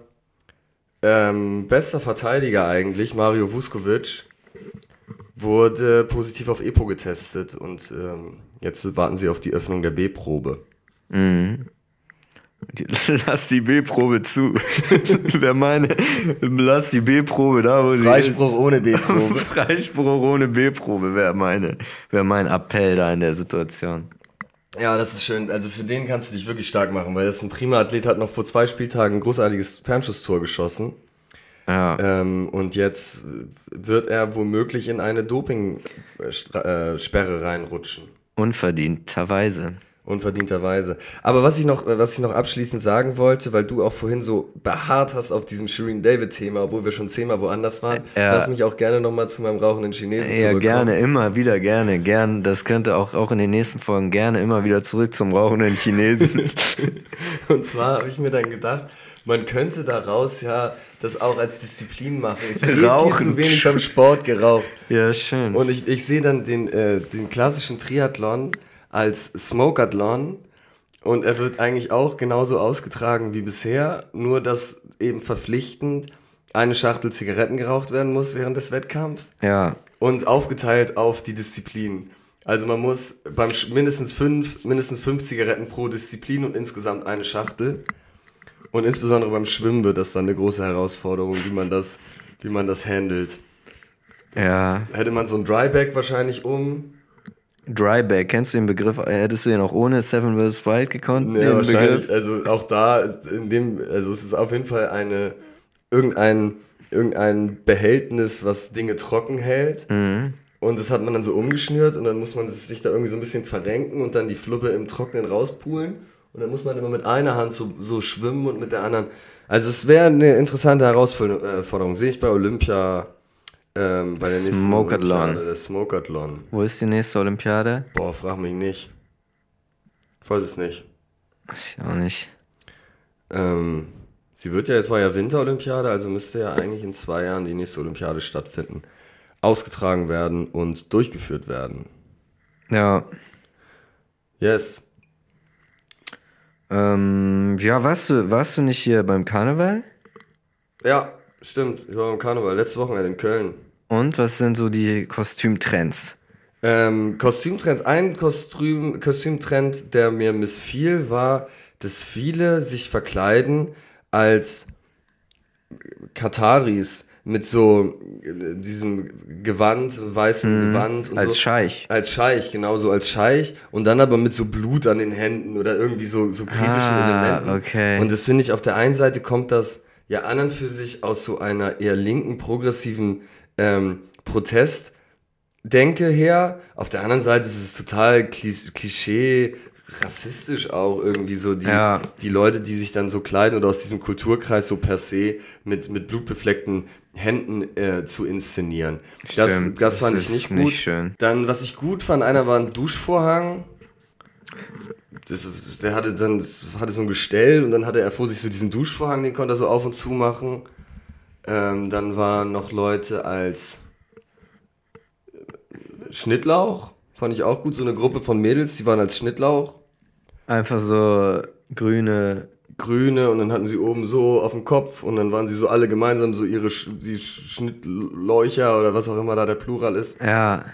ähm, bester Verteidiger eigentlich, Mario Vuskovic, wurde positiv auf EPO getestet und ähm, jetzt warten sie auf die Öffnung der B-Probe. Die- Lass die B-Probe zu. Wer meine, lass die B-Probe da, wo sie ist. Freispruch ohne B-Probe. Freispruch ohne B-Probe wäre meine, wäre mein Appell da in der Situation. Ja, das ist schön. Also für den kannst du dich wirklich stark machen, weil das ist ein prima Athlet, hat noch vor zwei Spieltagen ein großartiges Fernschusstor geschossen. Ja. Ähm, und jetzt wird er womöglich in eine Doping-Sperre reinrutschen. Unverdienterweise. Unverdienterweise. Aber was ich noch, was ich noch abschließend sagen wollte, weil du auch vorhin so beharrt hast auf diesem Shirin David-Thema, obwohl wir schon zehnmal woanders waren, Ja. lass mich auch gerne nochmal zu meinem rauchenden Chinesen Ja, zurückkommen. gerne, immer wieder, gerne, gern. Das könnte auch, auch in den nächsten Folgen gerne immer wieder zurück zum rauchenden Chinesen. Und zwar habe ich mir dann gedacht, man könnte daraus ja das auch als Disziplin machen. Ich bin eh viel Rauchen. zu wenig beim Sport geraucht. Ja, schön. Und ich, ich sehe dann den, äh, den klassischen Triathlon als Smokeathlon und er wird eigentlich auch genauso ausgetragen wie bisher, nur dass eben verpflichtend eine Schachtel Zigaretten geraucht werden muss während des Wettkampfs Ja, und aufgeteilt auf die Disziplinen. Also man muss beim Sch- mindestens fünf, mindestens fünf Zigaretten pro Disziplin und insgesamt eine Schachtel. Und insbesondere beim Schwimmen wird das dann eine große Herausforderung, wie man das, wie man das handelt. ja. Hätte man so ein Dryback wahrscheinlich um. Dryback, kennst du den Begriff? Hättest du den auch ohne Seven versus. Wild gekonnt? Ja, den wahrscheinlich. Also auch da, ist in dem, also es ist auf jeden Fall eine, irgendein, irgendein Behältnis, was Dinge trocken hält. Und das hat man dann so umgeschnürt und dann muss man sich da irgendwie so ein bisschen verrenken und dann die Fluppe im Trocknen rauspulen. Und dann muss man immer mit einer Hand so, so schwimmen und mit der anderen. Also es wäre eine interessante Herausforderung. Sehe ich bei Olympia, ähm, bei der nächsten Smokeathlon. Olympiade, der Smokeathlon. Wo ist die nächste Olympiade? Boah, frag mich nicht. Ich weiß es nicht. Weiß ich auch nicht. Ähm, sie wird ja, jetzt war ja Winterolympiade, also müsste ja eigentlich in zwei Jahren die nächste Olympiade stattfinden. Ausgetragen werden und durchgeführt werden. Ja. Yes. Ähm, ja, warst du, warst du nicht hier beim Karneval? Ja, stimmt. Ich war beim Karneval, letzte Wochenende in Köln. Und was sind so die Kostümtrends? Ähm, Kostümtrends. Ein Kostüm, Kostümtrend, der mir missfiel, war dass viele sich verkleiden als Kataris mit so äh, diesem Gewand, so weißen Gewand. Und als so. Scheich. Als Scheich, genau so als Scheich. Und dann aber mit so Blut an den Händen oder irgendwie so, so kritischen Ah, Elementen. okay. Und das finde ich, auf der einen Seite kommt das ja an und für sich aus so einer eher linken, progressiven ähm, Protestdenke her. Auf der anderen Seite ist es total Klis- Klischee, rassistisch auch irgendwie so, die, Ja. die Leute, die sich dann so kleiden oder aus diesem Kulturkreis so per se mit, mit blutbefleckten Händen äh, zu inszenieren. Das, Stimmt, das fand das ich nicht ist gut. nicht schön. Dann, was ich gut fand, einer war ein Duschvorhang. Das, das, der hatte dann das hatte so ein Gestell und dann hatte er vor sich so diesen Duschvorhang, den konnte er so auf und zu machen. Ähm, dann waren noch Leute als Schnittlauch, fand ich auch gut. So eine Gruppe von Mädels, die waren als Schnittlauch. Einfach so grüne. Grüne und dann hatten sie oben so auf dem Kopf und dann waren sie so alle gemeinsam so ihre Sch- die Schnittleucher oder was auch immer da der Plural ist. Ja.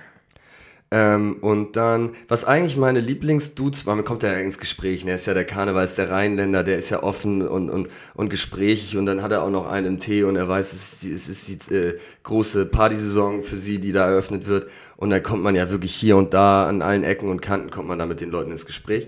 Ähm, und dann, was eigentlich meine Lieblingsdudes war, man kommt ja ins Gespräch, der ist ja der Karnevals, der Rheinländer, der ist ja offen und, und, und gesprächig und dann hat er auch noch einen im Tee und er weiß, es ist, es ist die äh, große Partysaison für sie, die da eröffnet wird und dann kommt man ja wirklich hier und da an allen Ecken und Kanten kommt man da mit den Leuten ins Gespräch.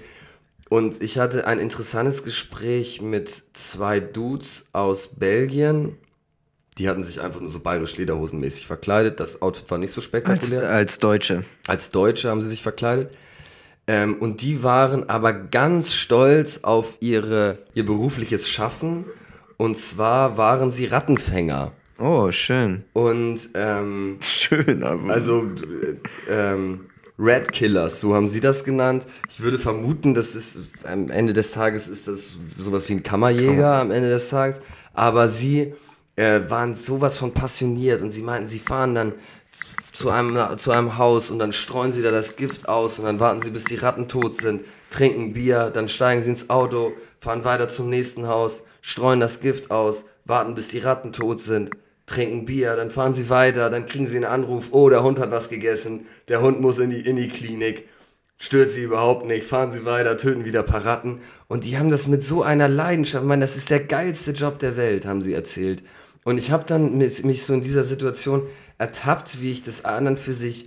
Und ich hatte ein interessantes Gespräch mit zwei Dudes aus Belgien. Die hatten sich einfach nur so bayerisch lederhosenmäßig verkleidet. Das Outfit war nicht so Als, spektakulär. als Deutsche. Als Deutsche haben sie sich verkleidet. Ähm, und die waren aber ganz stolz auf ihre, ihr berufliches Schaffen. Und zwar waren sie Rattenfänger. Oh, schön. Und ähm, Schön, aber. also äh, ähm, Rat Killers, so haben sie das genannt. Ich würde vermuten, das ist am Ende des Tages ist das sowas wie ein Kammerjäger am Ende des Tages. Aber sie äh, waren sowas von passioniert und sie meinten, sie fahren dann zu einem, zu einem Haus und dann streuen sie da das Gift aus und dann warten sie, bis die Ratten tot sind, trinken Bier, dann steigen sie ins Auto, fahren weiter zum nächsten Haus, streuen das Gift aus, warten, bis die Ratten tot sind, trinken Bier, dann fahren sie weiter, dann kriegen sie einen Anruf, oh, der Hund hat was gegessen, der Hund muss in die, in die Klinik, stört sie überhaupt nicht, fahren sie weiter, töten wieder ein paar Ratten. Und die haben das mit so einer Leidenschaft, ich meine, das ist der geilste Job der Welt, haben sie erzählt. Und ich habe dann mich, mich so in dieser Situation ertappt, wie ich das anderen für sich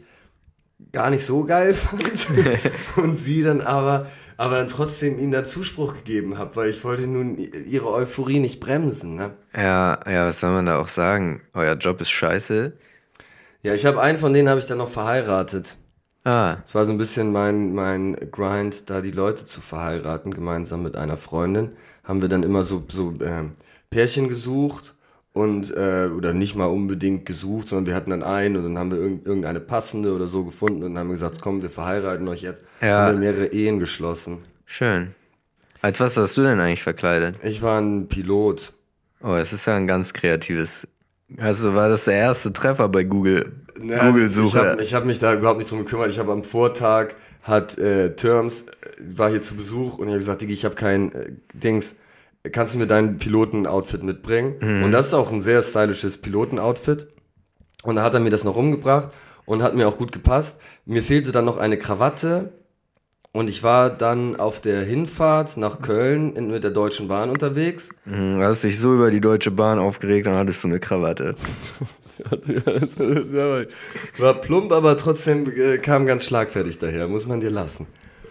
gar nicht so geil fand und sie dann aber, aber dann trotzdem ihnen da Zuspruch gegeben habe, weil ich wollte nun ihre Euphorie nicht bremsen. Ne? Ja, ja, was soll man da auch sagen? Euer Job ist scheiße. Ja, ich habe einen von denen habe ich dann noch verheiratet. Ah, Es war so ein bisschen mein, mein Grind, da die Leute zu verheiraten, gemeinsam mit einer Freundin. Haben wir dann immer so, so ähm, Pärchen gesucht und, äh, oder nicht mal unbedingt gesucht, sondern wir hatten dann einen und dann haben wir irg- irgendeine passende oder so gefunden und dann haben wir gesagt, komm, wir verheiraten euch jetzt. Ja. Haben wir mehrere Ehen geschlossen. schön. Als was hast du denn eigentlich verkleidet? Ich war ein Pilot. Oh, es ist ja ein ganz kreatives. Also war das der erste Treffer bei Google? Ja, Ich Google-Suche. habe ich hab mich da überhaupt nicht drum gekümmert. Ich habe am Vortag, hat äh, Terms, äh, war hier zu Besuch und ich habe gesagt, Digi, ich habe kein äh, Dings, kannst du mir dein Piloten-Outfit mitbringen? Mhm. Und das ist auch ein sehr stylisches Piloten-Outfit. Und da hat er mir das noch rumgebracht und hat mir auch gut gepasst. Mir fehlte dann noch eine Krawatte und ich war dann auf der Hinfahrt nach Köln in, mit der Deutschen Bahn unterwegs. Hm, hast dich so über die Deutsche Bahn aufgeregt, dann hattest du eine Krawatte. Ja, das war, war plump, aber trotzdem äh, kam ganz schlagfertig daher, muss man dir lassen.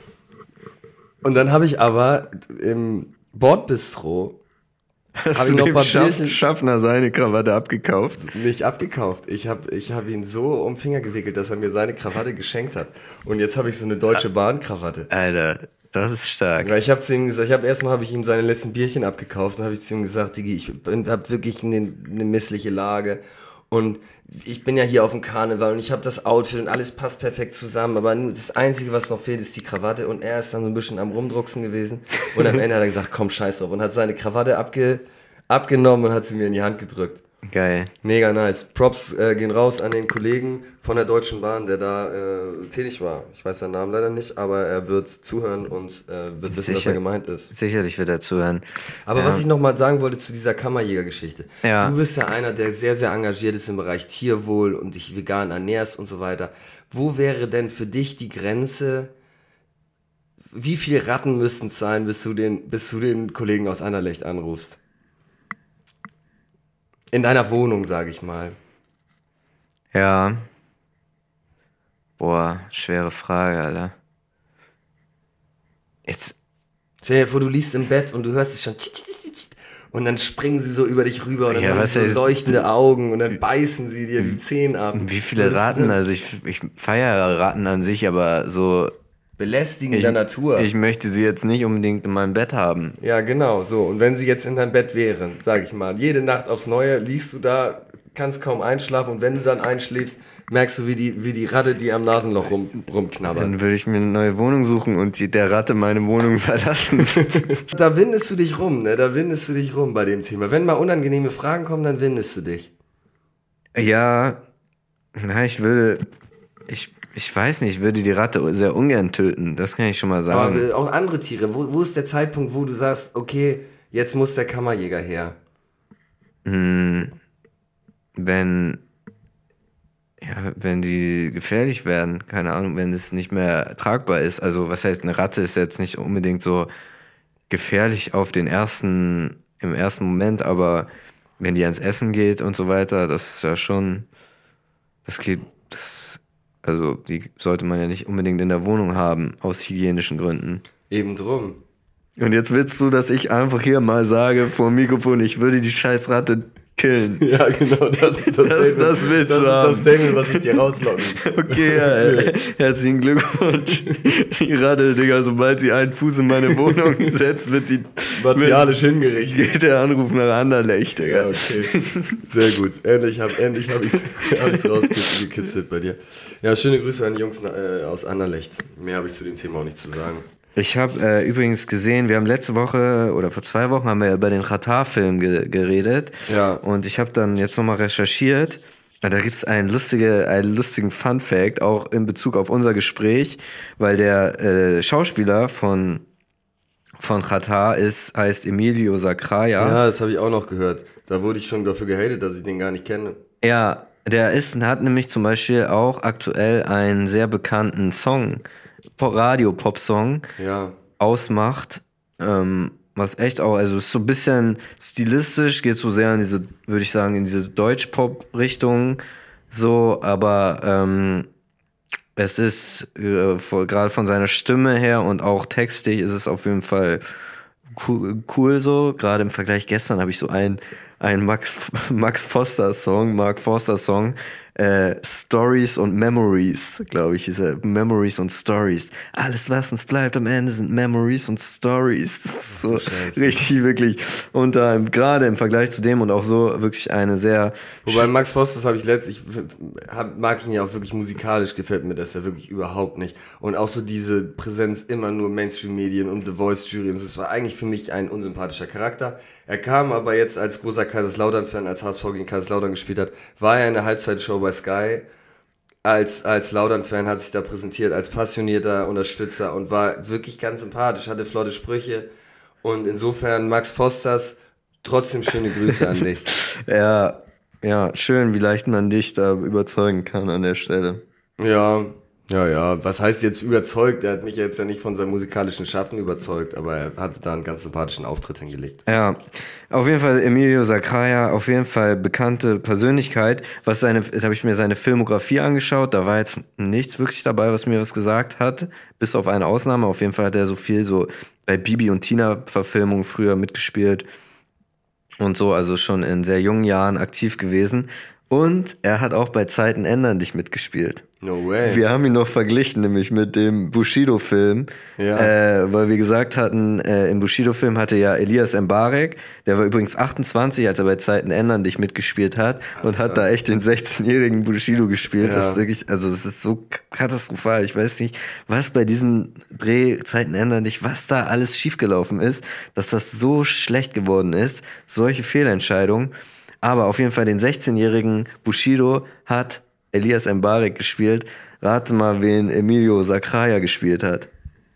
Und dann habe ich aber im Bordbistro Hast Hab du ich noch dem ein paar Schaff Bierchen- Schaffner seine Krawatte abgekauft? nicht abgekauft. Ich habe ich hab ihn so um den Finger gewickelt, dass er mir seine Krawatte geschenkt hat. Und jetzt habe ich so eine Deutsche Bahn-Krawatte. Alter, das ist stark. Weil ich habe zu ihm gesagt, ich habe erstmal habe ich ihm seine letzten Bierchen abgekauft, dann habe ich zu ihm gesagt, Digi, ich habe wirklich eine, eine missliche Lage und ich bin ja hier auf dem Karneval und ich habe das Outfit und alles passt perfekt zusammen, aber nur das Einzige, was noch fehlt, ist die Krawatte und er ist dann so ein bisschen am Rumdrucksen gewesen und am Ende hat er gesagt, komm, scheiß drauf und hat seine Krawatte abge, abgenommen und hat sie mir in die Hand gedrückt. Geil. Mega nice. Props äh, gehen raus an den Kollegen von der Deutschen Bahn, der da äh, tätig war. Ich weiß seinen Namen leider nicht, aber er wird zuhören und äh, wird wissen, was Sicher. er gemeint ist. Sicherlich wird er zuhören. Aber Ja. was ich nochmal sagen wollte zu dieser Kammerjäger-Geschichte. Ja. Du bist ja einer, der sehr, sehr engagiert ist im Bereich Tierwohl und dich vegan ernährst und so weiter. Wo wäre denn für dich die Grenze, wie viele Ratten müssten es sein, bis du, den, bis du den Kollegen aus Anderlecht anrufst? In deiner Wohnung, sage ich mal. Ja. Boah, schwere Frage, Alter. Jetzt. Stell dir vor, du liegst im Bett und du hörst es schon und dann springen sie so über dich rüber und dann Ja, haben was sie so heißt- leuchtende Augen und dann beißen sie dir die Zähne ab. Wie viele Das ist Ratten? eine Also ich, ich feiere Ratten an sich, aber so. belästigender Ich, Natur. ich möchte sie jetzt nicht unbedingt in meinem Bett haben. Ja, genau, so. Und wenn sie jetzt in deinem Bett wären, sag ich mal, jede Nacht aufs Neue liegst du da, kannst kaum einschlafen und wenn du dann einschläfst, merkst du, wie die, wie die Ratte, die am Nasenloch rum, rumknabbert. Dann würde ich mir eine neue Wohnung suchen und die, der Ratte meine Wohnung verlassen. Da windest du dich rum, ne? Da windest du dich rum bei dem Thema. Wenn mal unangenehme Fragen kommen, dann windest du dich. Ja, na, ich würde, ich, ich weiß nicht, ich würde die Ratte sehr ungern töten, das kann ich schon mal Aber sagen. äh, auch andere Tiere, wo, wo ist der Zeitpunkt, wo du sagst, okay, jetzt muss der Kammerjäger her? Wenn, ja, wenn die gefährlich werden, keine Ahnung, wenn es nicht mehr tragbar ist. Also was heißt, eine Ratte ist jetzt nicht unbedingt so gefährlich auf den ersten, im ersten Moment, aber wenn die ans Essen geht und so weiter, das ist ja schon, das geht, das, also die sollte man ja nicht unbedingt in der Wohnung haben, aus hygienischen Gründen. Eben drum. Und jetzt willst du, dass ich einfach hier mal sage vor dem Mikrofon, ich würde die scheiß Ratte killen. Ja, genau, das ist das, Das- Statement. das willst das du ist haben. das Statement, was ich dir rauslocken. Okay, ja, ey. Herzlichen Glückwunsch. Die Ratte, Digga, sobald sie einen Fuß in meine Wohnung setzt, wird sie, Martialisch hingerichtet. geht der Anruf nach Anderlecht, Digga. Ja, okay. Sehr gut. Endlich habe endlich hab ich's, hab ich's rausgekitzelt bei dir. Ja, schöne Grüße an die Jungs äh, aus Anderlecht. Mehr habe ich zu dem Thema auch nicht zu sagen. Ich habe äh, übrigens gesehen, wir haben letzte Woche oder vor zwei Wochen haben wir über den Qatar-Film ge geredet. Ja. Und ich habe dann jetzt nochmal recherchiert. Da gibt's einen, lustige, einen lustigen Fun-Fact, auch in Bezug auf unser Gespräch, weil der äh, Schauspieler von, von Qatar ist, heißt Emilio Sacraia. Ja, das habe ich auch noch gehört. Da wurde ich schon dafür gehatet, dass ich den gar nicht kenne. Ja, der ist, hat nämlich zum Beispiel auch aktuell einen sehr bekannten Song, Radio-Pop-Song, Ja. ausmacht, ähm, was echt auch, also ist so ein bisschen stilistisch, geht so sehr in diese, würde ich sagen, in diese Deutsch-Pop-Richtung, so, aber ähm, es ist äh, vor- gerade von seiner Stimme her und auch textlich ist es auf jeden Fall cool, cool so. Gerade im Vergleich gestern habe ich so einen, einen Max, Max Foster Song, Mark Foster Song, äh, Stories und Memories, glaube ich, ist er. Memories und Stories. Alles, was uns bleibt am Ende, sind Memories und Stories. Das ist so Scheiße. richtig, wirklich. Und äh, gerade im Vergleich zu dem und auch so wirklich eine sehr Wobei Max Voss, das habe ich letztlich, ich hab, mag ihn ja auch wirklich musikalisch, gefällt mir das ja wirklich überhaupt nicht. Und auch so diese Präsenz immer nur Mainstream-Medien und The Voice-Jury und so, das war eigentlich für mich ein unsympathischer Charakter. Er kam aber jetzt als großer Kaiserslautern-Fan, als H S V gegen Kaiserslautern gespielt hat, war er in der Halbzeitshow bei Sky. Als, als Lautern-Fan hat sich da präsentiert als passionierter Unterstützer und war wirklich ganz sympathisch, hatte flotte Sprüche. Und insofern, Max Fosters, trotzdem schöne Grüße an dich. Ja, ja, schön, wie leicht man dich da überzeugen kann an der Stelle. Ja, ja, ja. Was heißt jetzt überzeugt? Er hat mich jetzt ja nicht von seinem musikalischen Schaffen überzeugt, aber er hatte da einen ganz sympathischen Auftritt hingelegt. Ja, auf jeden Fall Emilio Sacraia, auf jeden Fall bekannte Persönlichkeit. Was seine, jetzt habe ich mir seine Filmografie angeschaut, da war jetzt nichts wirklich dabei, was mir was gesagt hat, bis auf eine Ausnahme. Auf jeden Fall hat er so viel so bei Bibi und Tina Verfilmungen früher mitgespielt und so, also schon in sehr jungen Jahren aktiv gewesen. Und er hat auch bei Zeiten ändern dich mitgespielt. No way. Wir haben ihn noch verglichen, nämlich mit dem Bushido-Film, Ja. äh, weil wir gesagt hatten, äh, im Bushido-Film hatte ja Elias Mbarek, der war übrigens achtundzwanzig, als er bei Zeiten ändern dich mitgespielt hat und hat da echt den sechzehnjährigen Bushido gespielt. Ja. Das ist wirklich, also das ist so katastrophal. Ich weiß nicht, was bei diesem Dreh Zeiten ändern dich, was da alles schiefgelaufen ist, dass das so schlecht geworden ist, solche Fehlentscheidungen. Aber auf jeden Fall den sechzehnjährigen Bushido hat Elias Mbarek gespielt. Rate mal, wen Emilio Sacraia gespielt hat.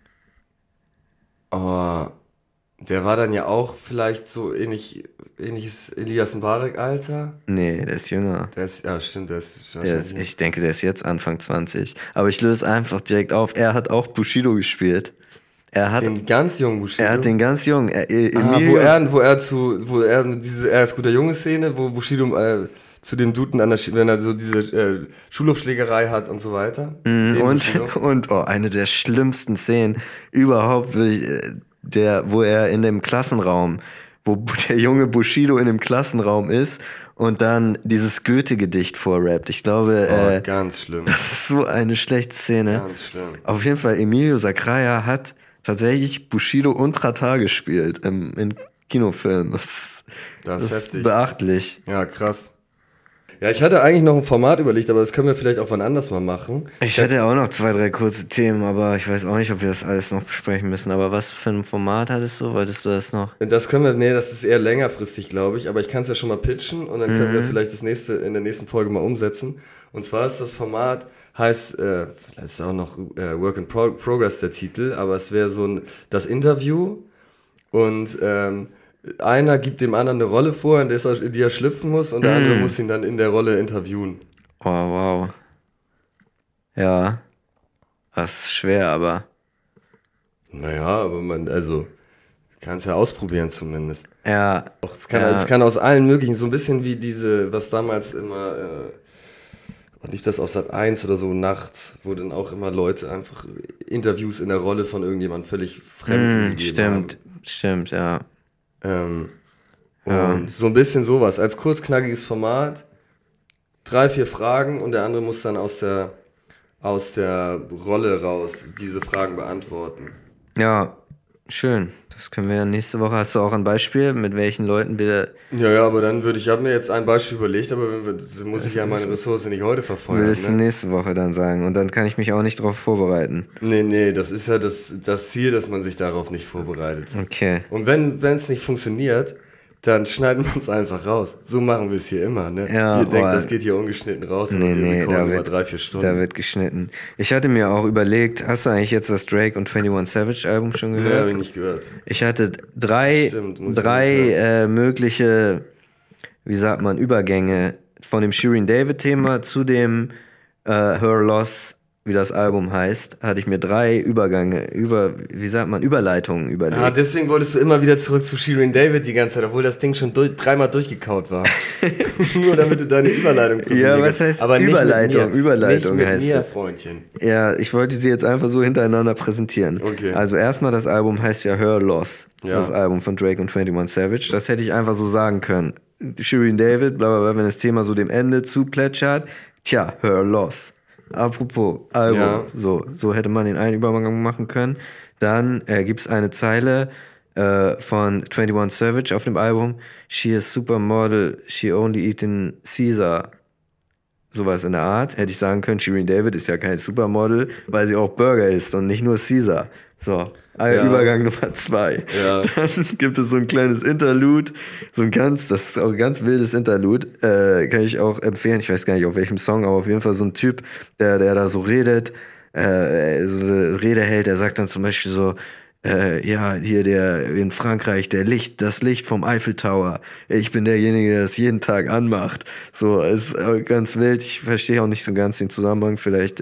Oh, der war dann ja auch vielleicht so ähnlich, ähnliches Elias Mbarek-Alter. Nee, der ist jünger. Der ist, ja stimmt, der ist Der ist, ich denke, der ist jetzt Anfang zwanzig. Aber ich löse einfach direkt auf. Er hat auch Bushido gespielt. Er hat, Den ganz jungen Bushido? er hat den ganz jungen, er, ah, Emilio, wo er, wo er zu, wo er diese Er ist guter Junge-Szene, wo Bushido äh, zu dem Duden an der, Sch- wenn er so diese äh, Schulhofschlägerei hat und so weiter. Den und, Bushido. und oh, eine der schlimmsten Szenen überhaupt, wie, äh, der, wo er in dem Klassenraum, wo der junge Bushido in dem Klassenraum ist und dann dieses Goethe-Gedicht vorrappt. Ich glaube, Oh, äh, ganz schlimm. das ist so eine schlechte Szene. Ganz schlimm. Auf jeden Fall, Emilio Sacraia hat tatsächlich Bushido und Ratar gespielt im, im Kinofilm. Das, Das ist das heftig. ist beachtlich. Ja, krass. Ja, ich hatte eigentlich noch ein Format überlegt, aber das können wir vielleicht auch wann anders mal machen. Ich hätte auch noch zwei, drei kurze Themen, aber ich weiß auch nicht, ob wir das alles noch besprechen müssen. Aber was für ein Format hattest du? Wolltest du das noch? Das können wir, nee, das ist eher längerfristig, glaube ich, aber ich kann es ja schon mal pitchen und dann können Mhm. wir vielleicht das nächste, in der nächsten Folge mal umsetzen. Und zwar ist das Format, heißt, äh, vielleicht ist auch noch äh, Work in Pro- Progress der Titel, aber es wäre so ein, das Interview und ähm, einer gibt dem anderen eine Rolle vor, in, der er, in die er schlüpfen muss und der andere Mhm. muss ihn dann in der Rolle interviewen. Oh, wow. Ja. Das ist schwer, aber. Naja, aber man, also, kann es ja ausprobieren zumindest. Ja. Auch, es, kann, ja. es kann aus allen möglichen, so ein bisschen wie diese, was damals immer, äh, war nicht das auf Sat eins oder so nachts, wo dann auch immer Leute einfach Interviews in der Rolle von irgendjemandem völlig Fremden Mm, gegeben stimmt, stimmt, ja. haben. Ähm, Ja. und so ein bisschen sowas, als kurzknackiges Format, drei, vier Fragen und der andere muss dann aus der, aus der Rolle raus diese Fragen beantworten. Ja, schön. Das können wir ja nächste Woche. Hast du auch ein Beispiel, mit welchen Leuten wir. Ja, ja, aber dann würde ich, ich habe mir jetzt ein Beispiel überlegt, aber wenn wir, das muss ich ja meine Ressource nicht heute verfeuern. Willst du Ne? nächste Woche dann sagen? Und dann kann ich mich auch nicht darauf vorbereiten. Nee, nee, das ist ja das, das Ziel, dass man sich darauf nicht vorbereitet. Okay. Und wenn es nicht funktioniert, dann schneiden wir uns einfach raus. So machen wir es hier immer, ne? Ja, Ihr denkt, oh, das geht hier ungeschnitten raus, Nee, aber wir nee, recorden da über wird, drei, vier Stunden. da wird geschnitten. Ich hatte mir auch überlegt, hast du eigentlich jetzt das Drake und einundzwanzig Savage Album schon Nee, gehört? habe ich nicht gehört. Ich hatte drei, Stimmt, muss ich drei nicht äh, mögliche, wie sagt man, Übergänge von dem Shirin David Thema zu dem äh, Her Loss, wie das Album heißt, hatte ich mir drei Übergänge, über, wie sagt man, Überleitungen überlegt. Ah, deswegen wolltest du immer wieder zurück zu Shirin David die ganze Zeit, obwohl das Ding schon durch, dreimal durchgekaut war. Nur damit du deine Überleitung präsentieren Ja, was kannst. heißt Aber nicht Überleitung? Mit mir. Überleitung nicht mit heißt mir, das. Freundchen. Ja, ich wollte sie jetzt einfach so hintereinander präsentieren. Okay. Also erstmal, das Album heißt ja Her Loss. Ja. Das Album von Drake und einundzwanzig Savage. Das hätte ich einfach so sagen können. Shirin David, bla bla bla, wenn das Thema so dem Ende zuplätschert. Tja, Her Loss. Apropos Album. Ja. So, so hätte man den einen Übergang machen können. Dann äh, gibt es eine Zeile äh, von einundzwanzig Savage auf dem Album. She is supermodel, she only eating Caesar. Sowas in der Art. Hätte ich sagen können, Shirin David ist ja kein Supermodel, weil sie auch Burger isst und nicht nur Caesar. So, Ja. Übergang Nummer zwei. Ja. Dann gibt es so ein kleines Interlude, so ein ganz, das ist auch ein ganz wildes Interlude, äh, kann ich auch empfehlen. Ich weiß gar nicht auf welchem Song, aber auf jeden Fall so ein Typ, der, der da so redet, äh, so eine Rede hält, der sagt dann zum Beispiel so, äh, ja, hier der in Frankreich, der Licht, das Licht vom Eiffel Tower. Ich bin derjenige, der das jeden Tag anmacht. So, ist äh, ganz wild. Ich verstehe auch nicht so ganz den Zusammenhang. Vielleicht,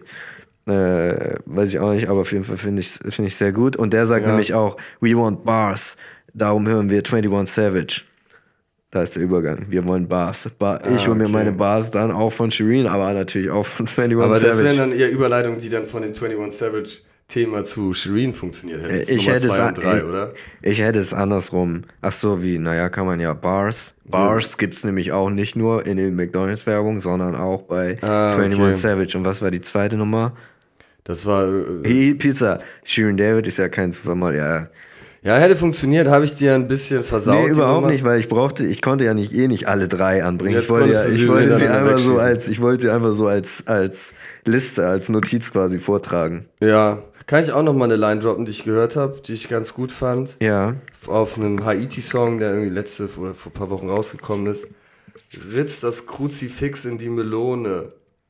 äh, weiß ich auch nicht, aber auf jeden Fall finde ich finde ich sehr gut. Und der sagt Ja. nämlich auch, we want bars. Darum hören wir einundzwanzig Savage. Da ist der Übergang. Wir wollen Bars. Bar, Ah, ich hole mir okay. meine Bars dann auch von Shirin, aber natürlich auch von einundzwanzig Aber das wären Savage. dann eher Überleitungen, die dann von dem einundzwanzig Savage Thema zu Shirin funktioniert hätten. Äh, ich Nummer hätte es zwei an- und drei, ich- oder? Ich hätte es andersrum. Ach so, wie, naja, kann man ja Bars. Bars gibt's nämlich auch nicht nur in den McDonalds-Werbung, sondern auch bei Ah, einundzwanzig okay. Savage. Und was war die zweite Nummer? Das war, äh, Hey, Pizza. Shirin David ist ja kein Supermodel. Ja. ja, hätte funktioniert, habe ich dir ein bisschen versaut. Nee, die überhaupt Nummer. nicht, weil ich brauchte, ich konnte ja nicht eh nicht alle drei anbringen. Jetzt Ich wollte ja, konntest du ich sie wollte sie hintereinander einfach so wegschießen. als, ich wollte sie einfach so als, als Liste, als Notiz quasi vortragen. Ja, kann ich auch noch mal eine Line droppen, die ich gehört habe, die ich ganz gut fand. Ja. Auf einem Haiti-Song, der irgendwie letzte oder vor ein paar Wochen rausgekommen ist. Ritz das Kruzifix in die Melone.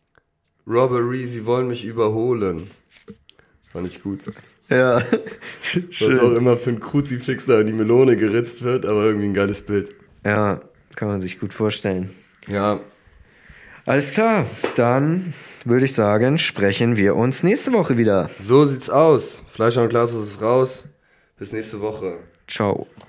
Robbery, sie wollen mich überholen. Fand ich gut. Ja. Was auch immer für ein Kruzifix da in die Melone geritzt wird, aber irgendwie ein geiles Bild. Ja, kann man sich gut vorstellen. Ja, Alles klar, dann würde ich sagen, sprechen wir uns nächste Woche wieder. So sieht's aus. Fleischer und Glas ist raus. Bis nächste Woche. Ciao.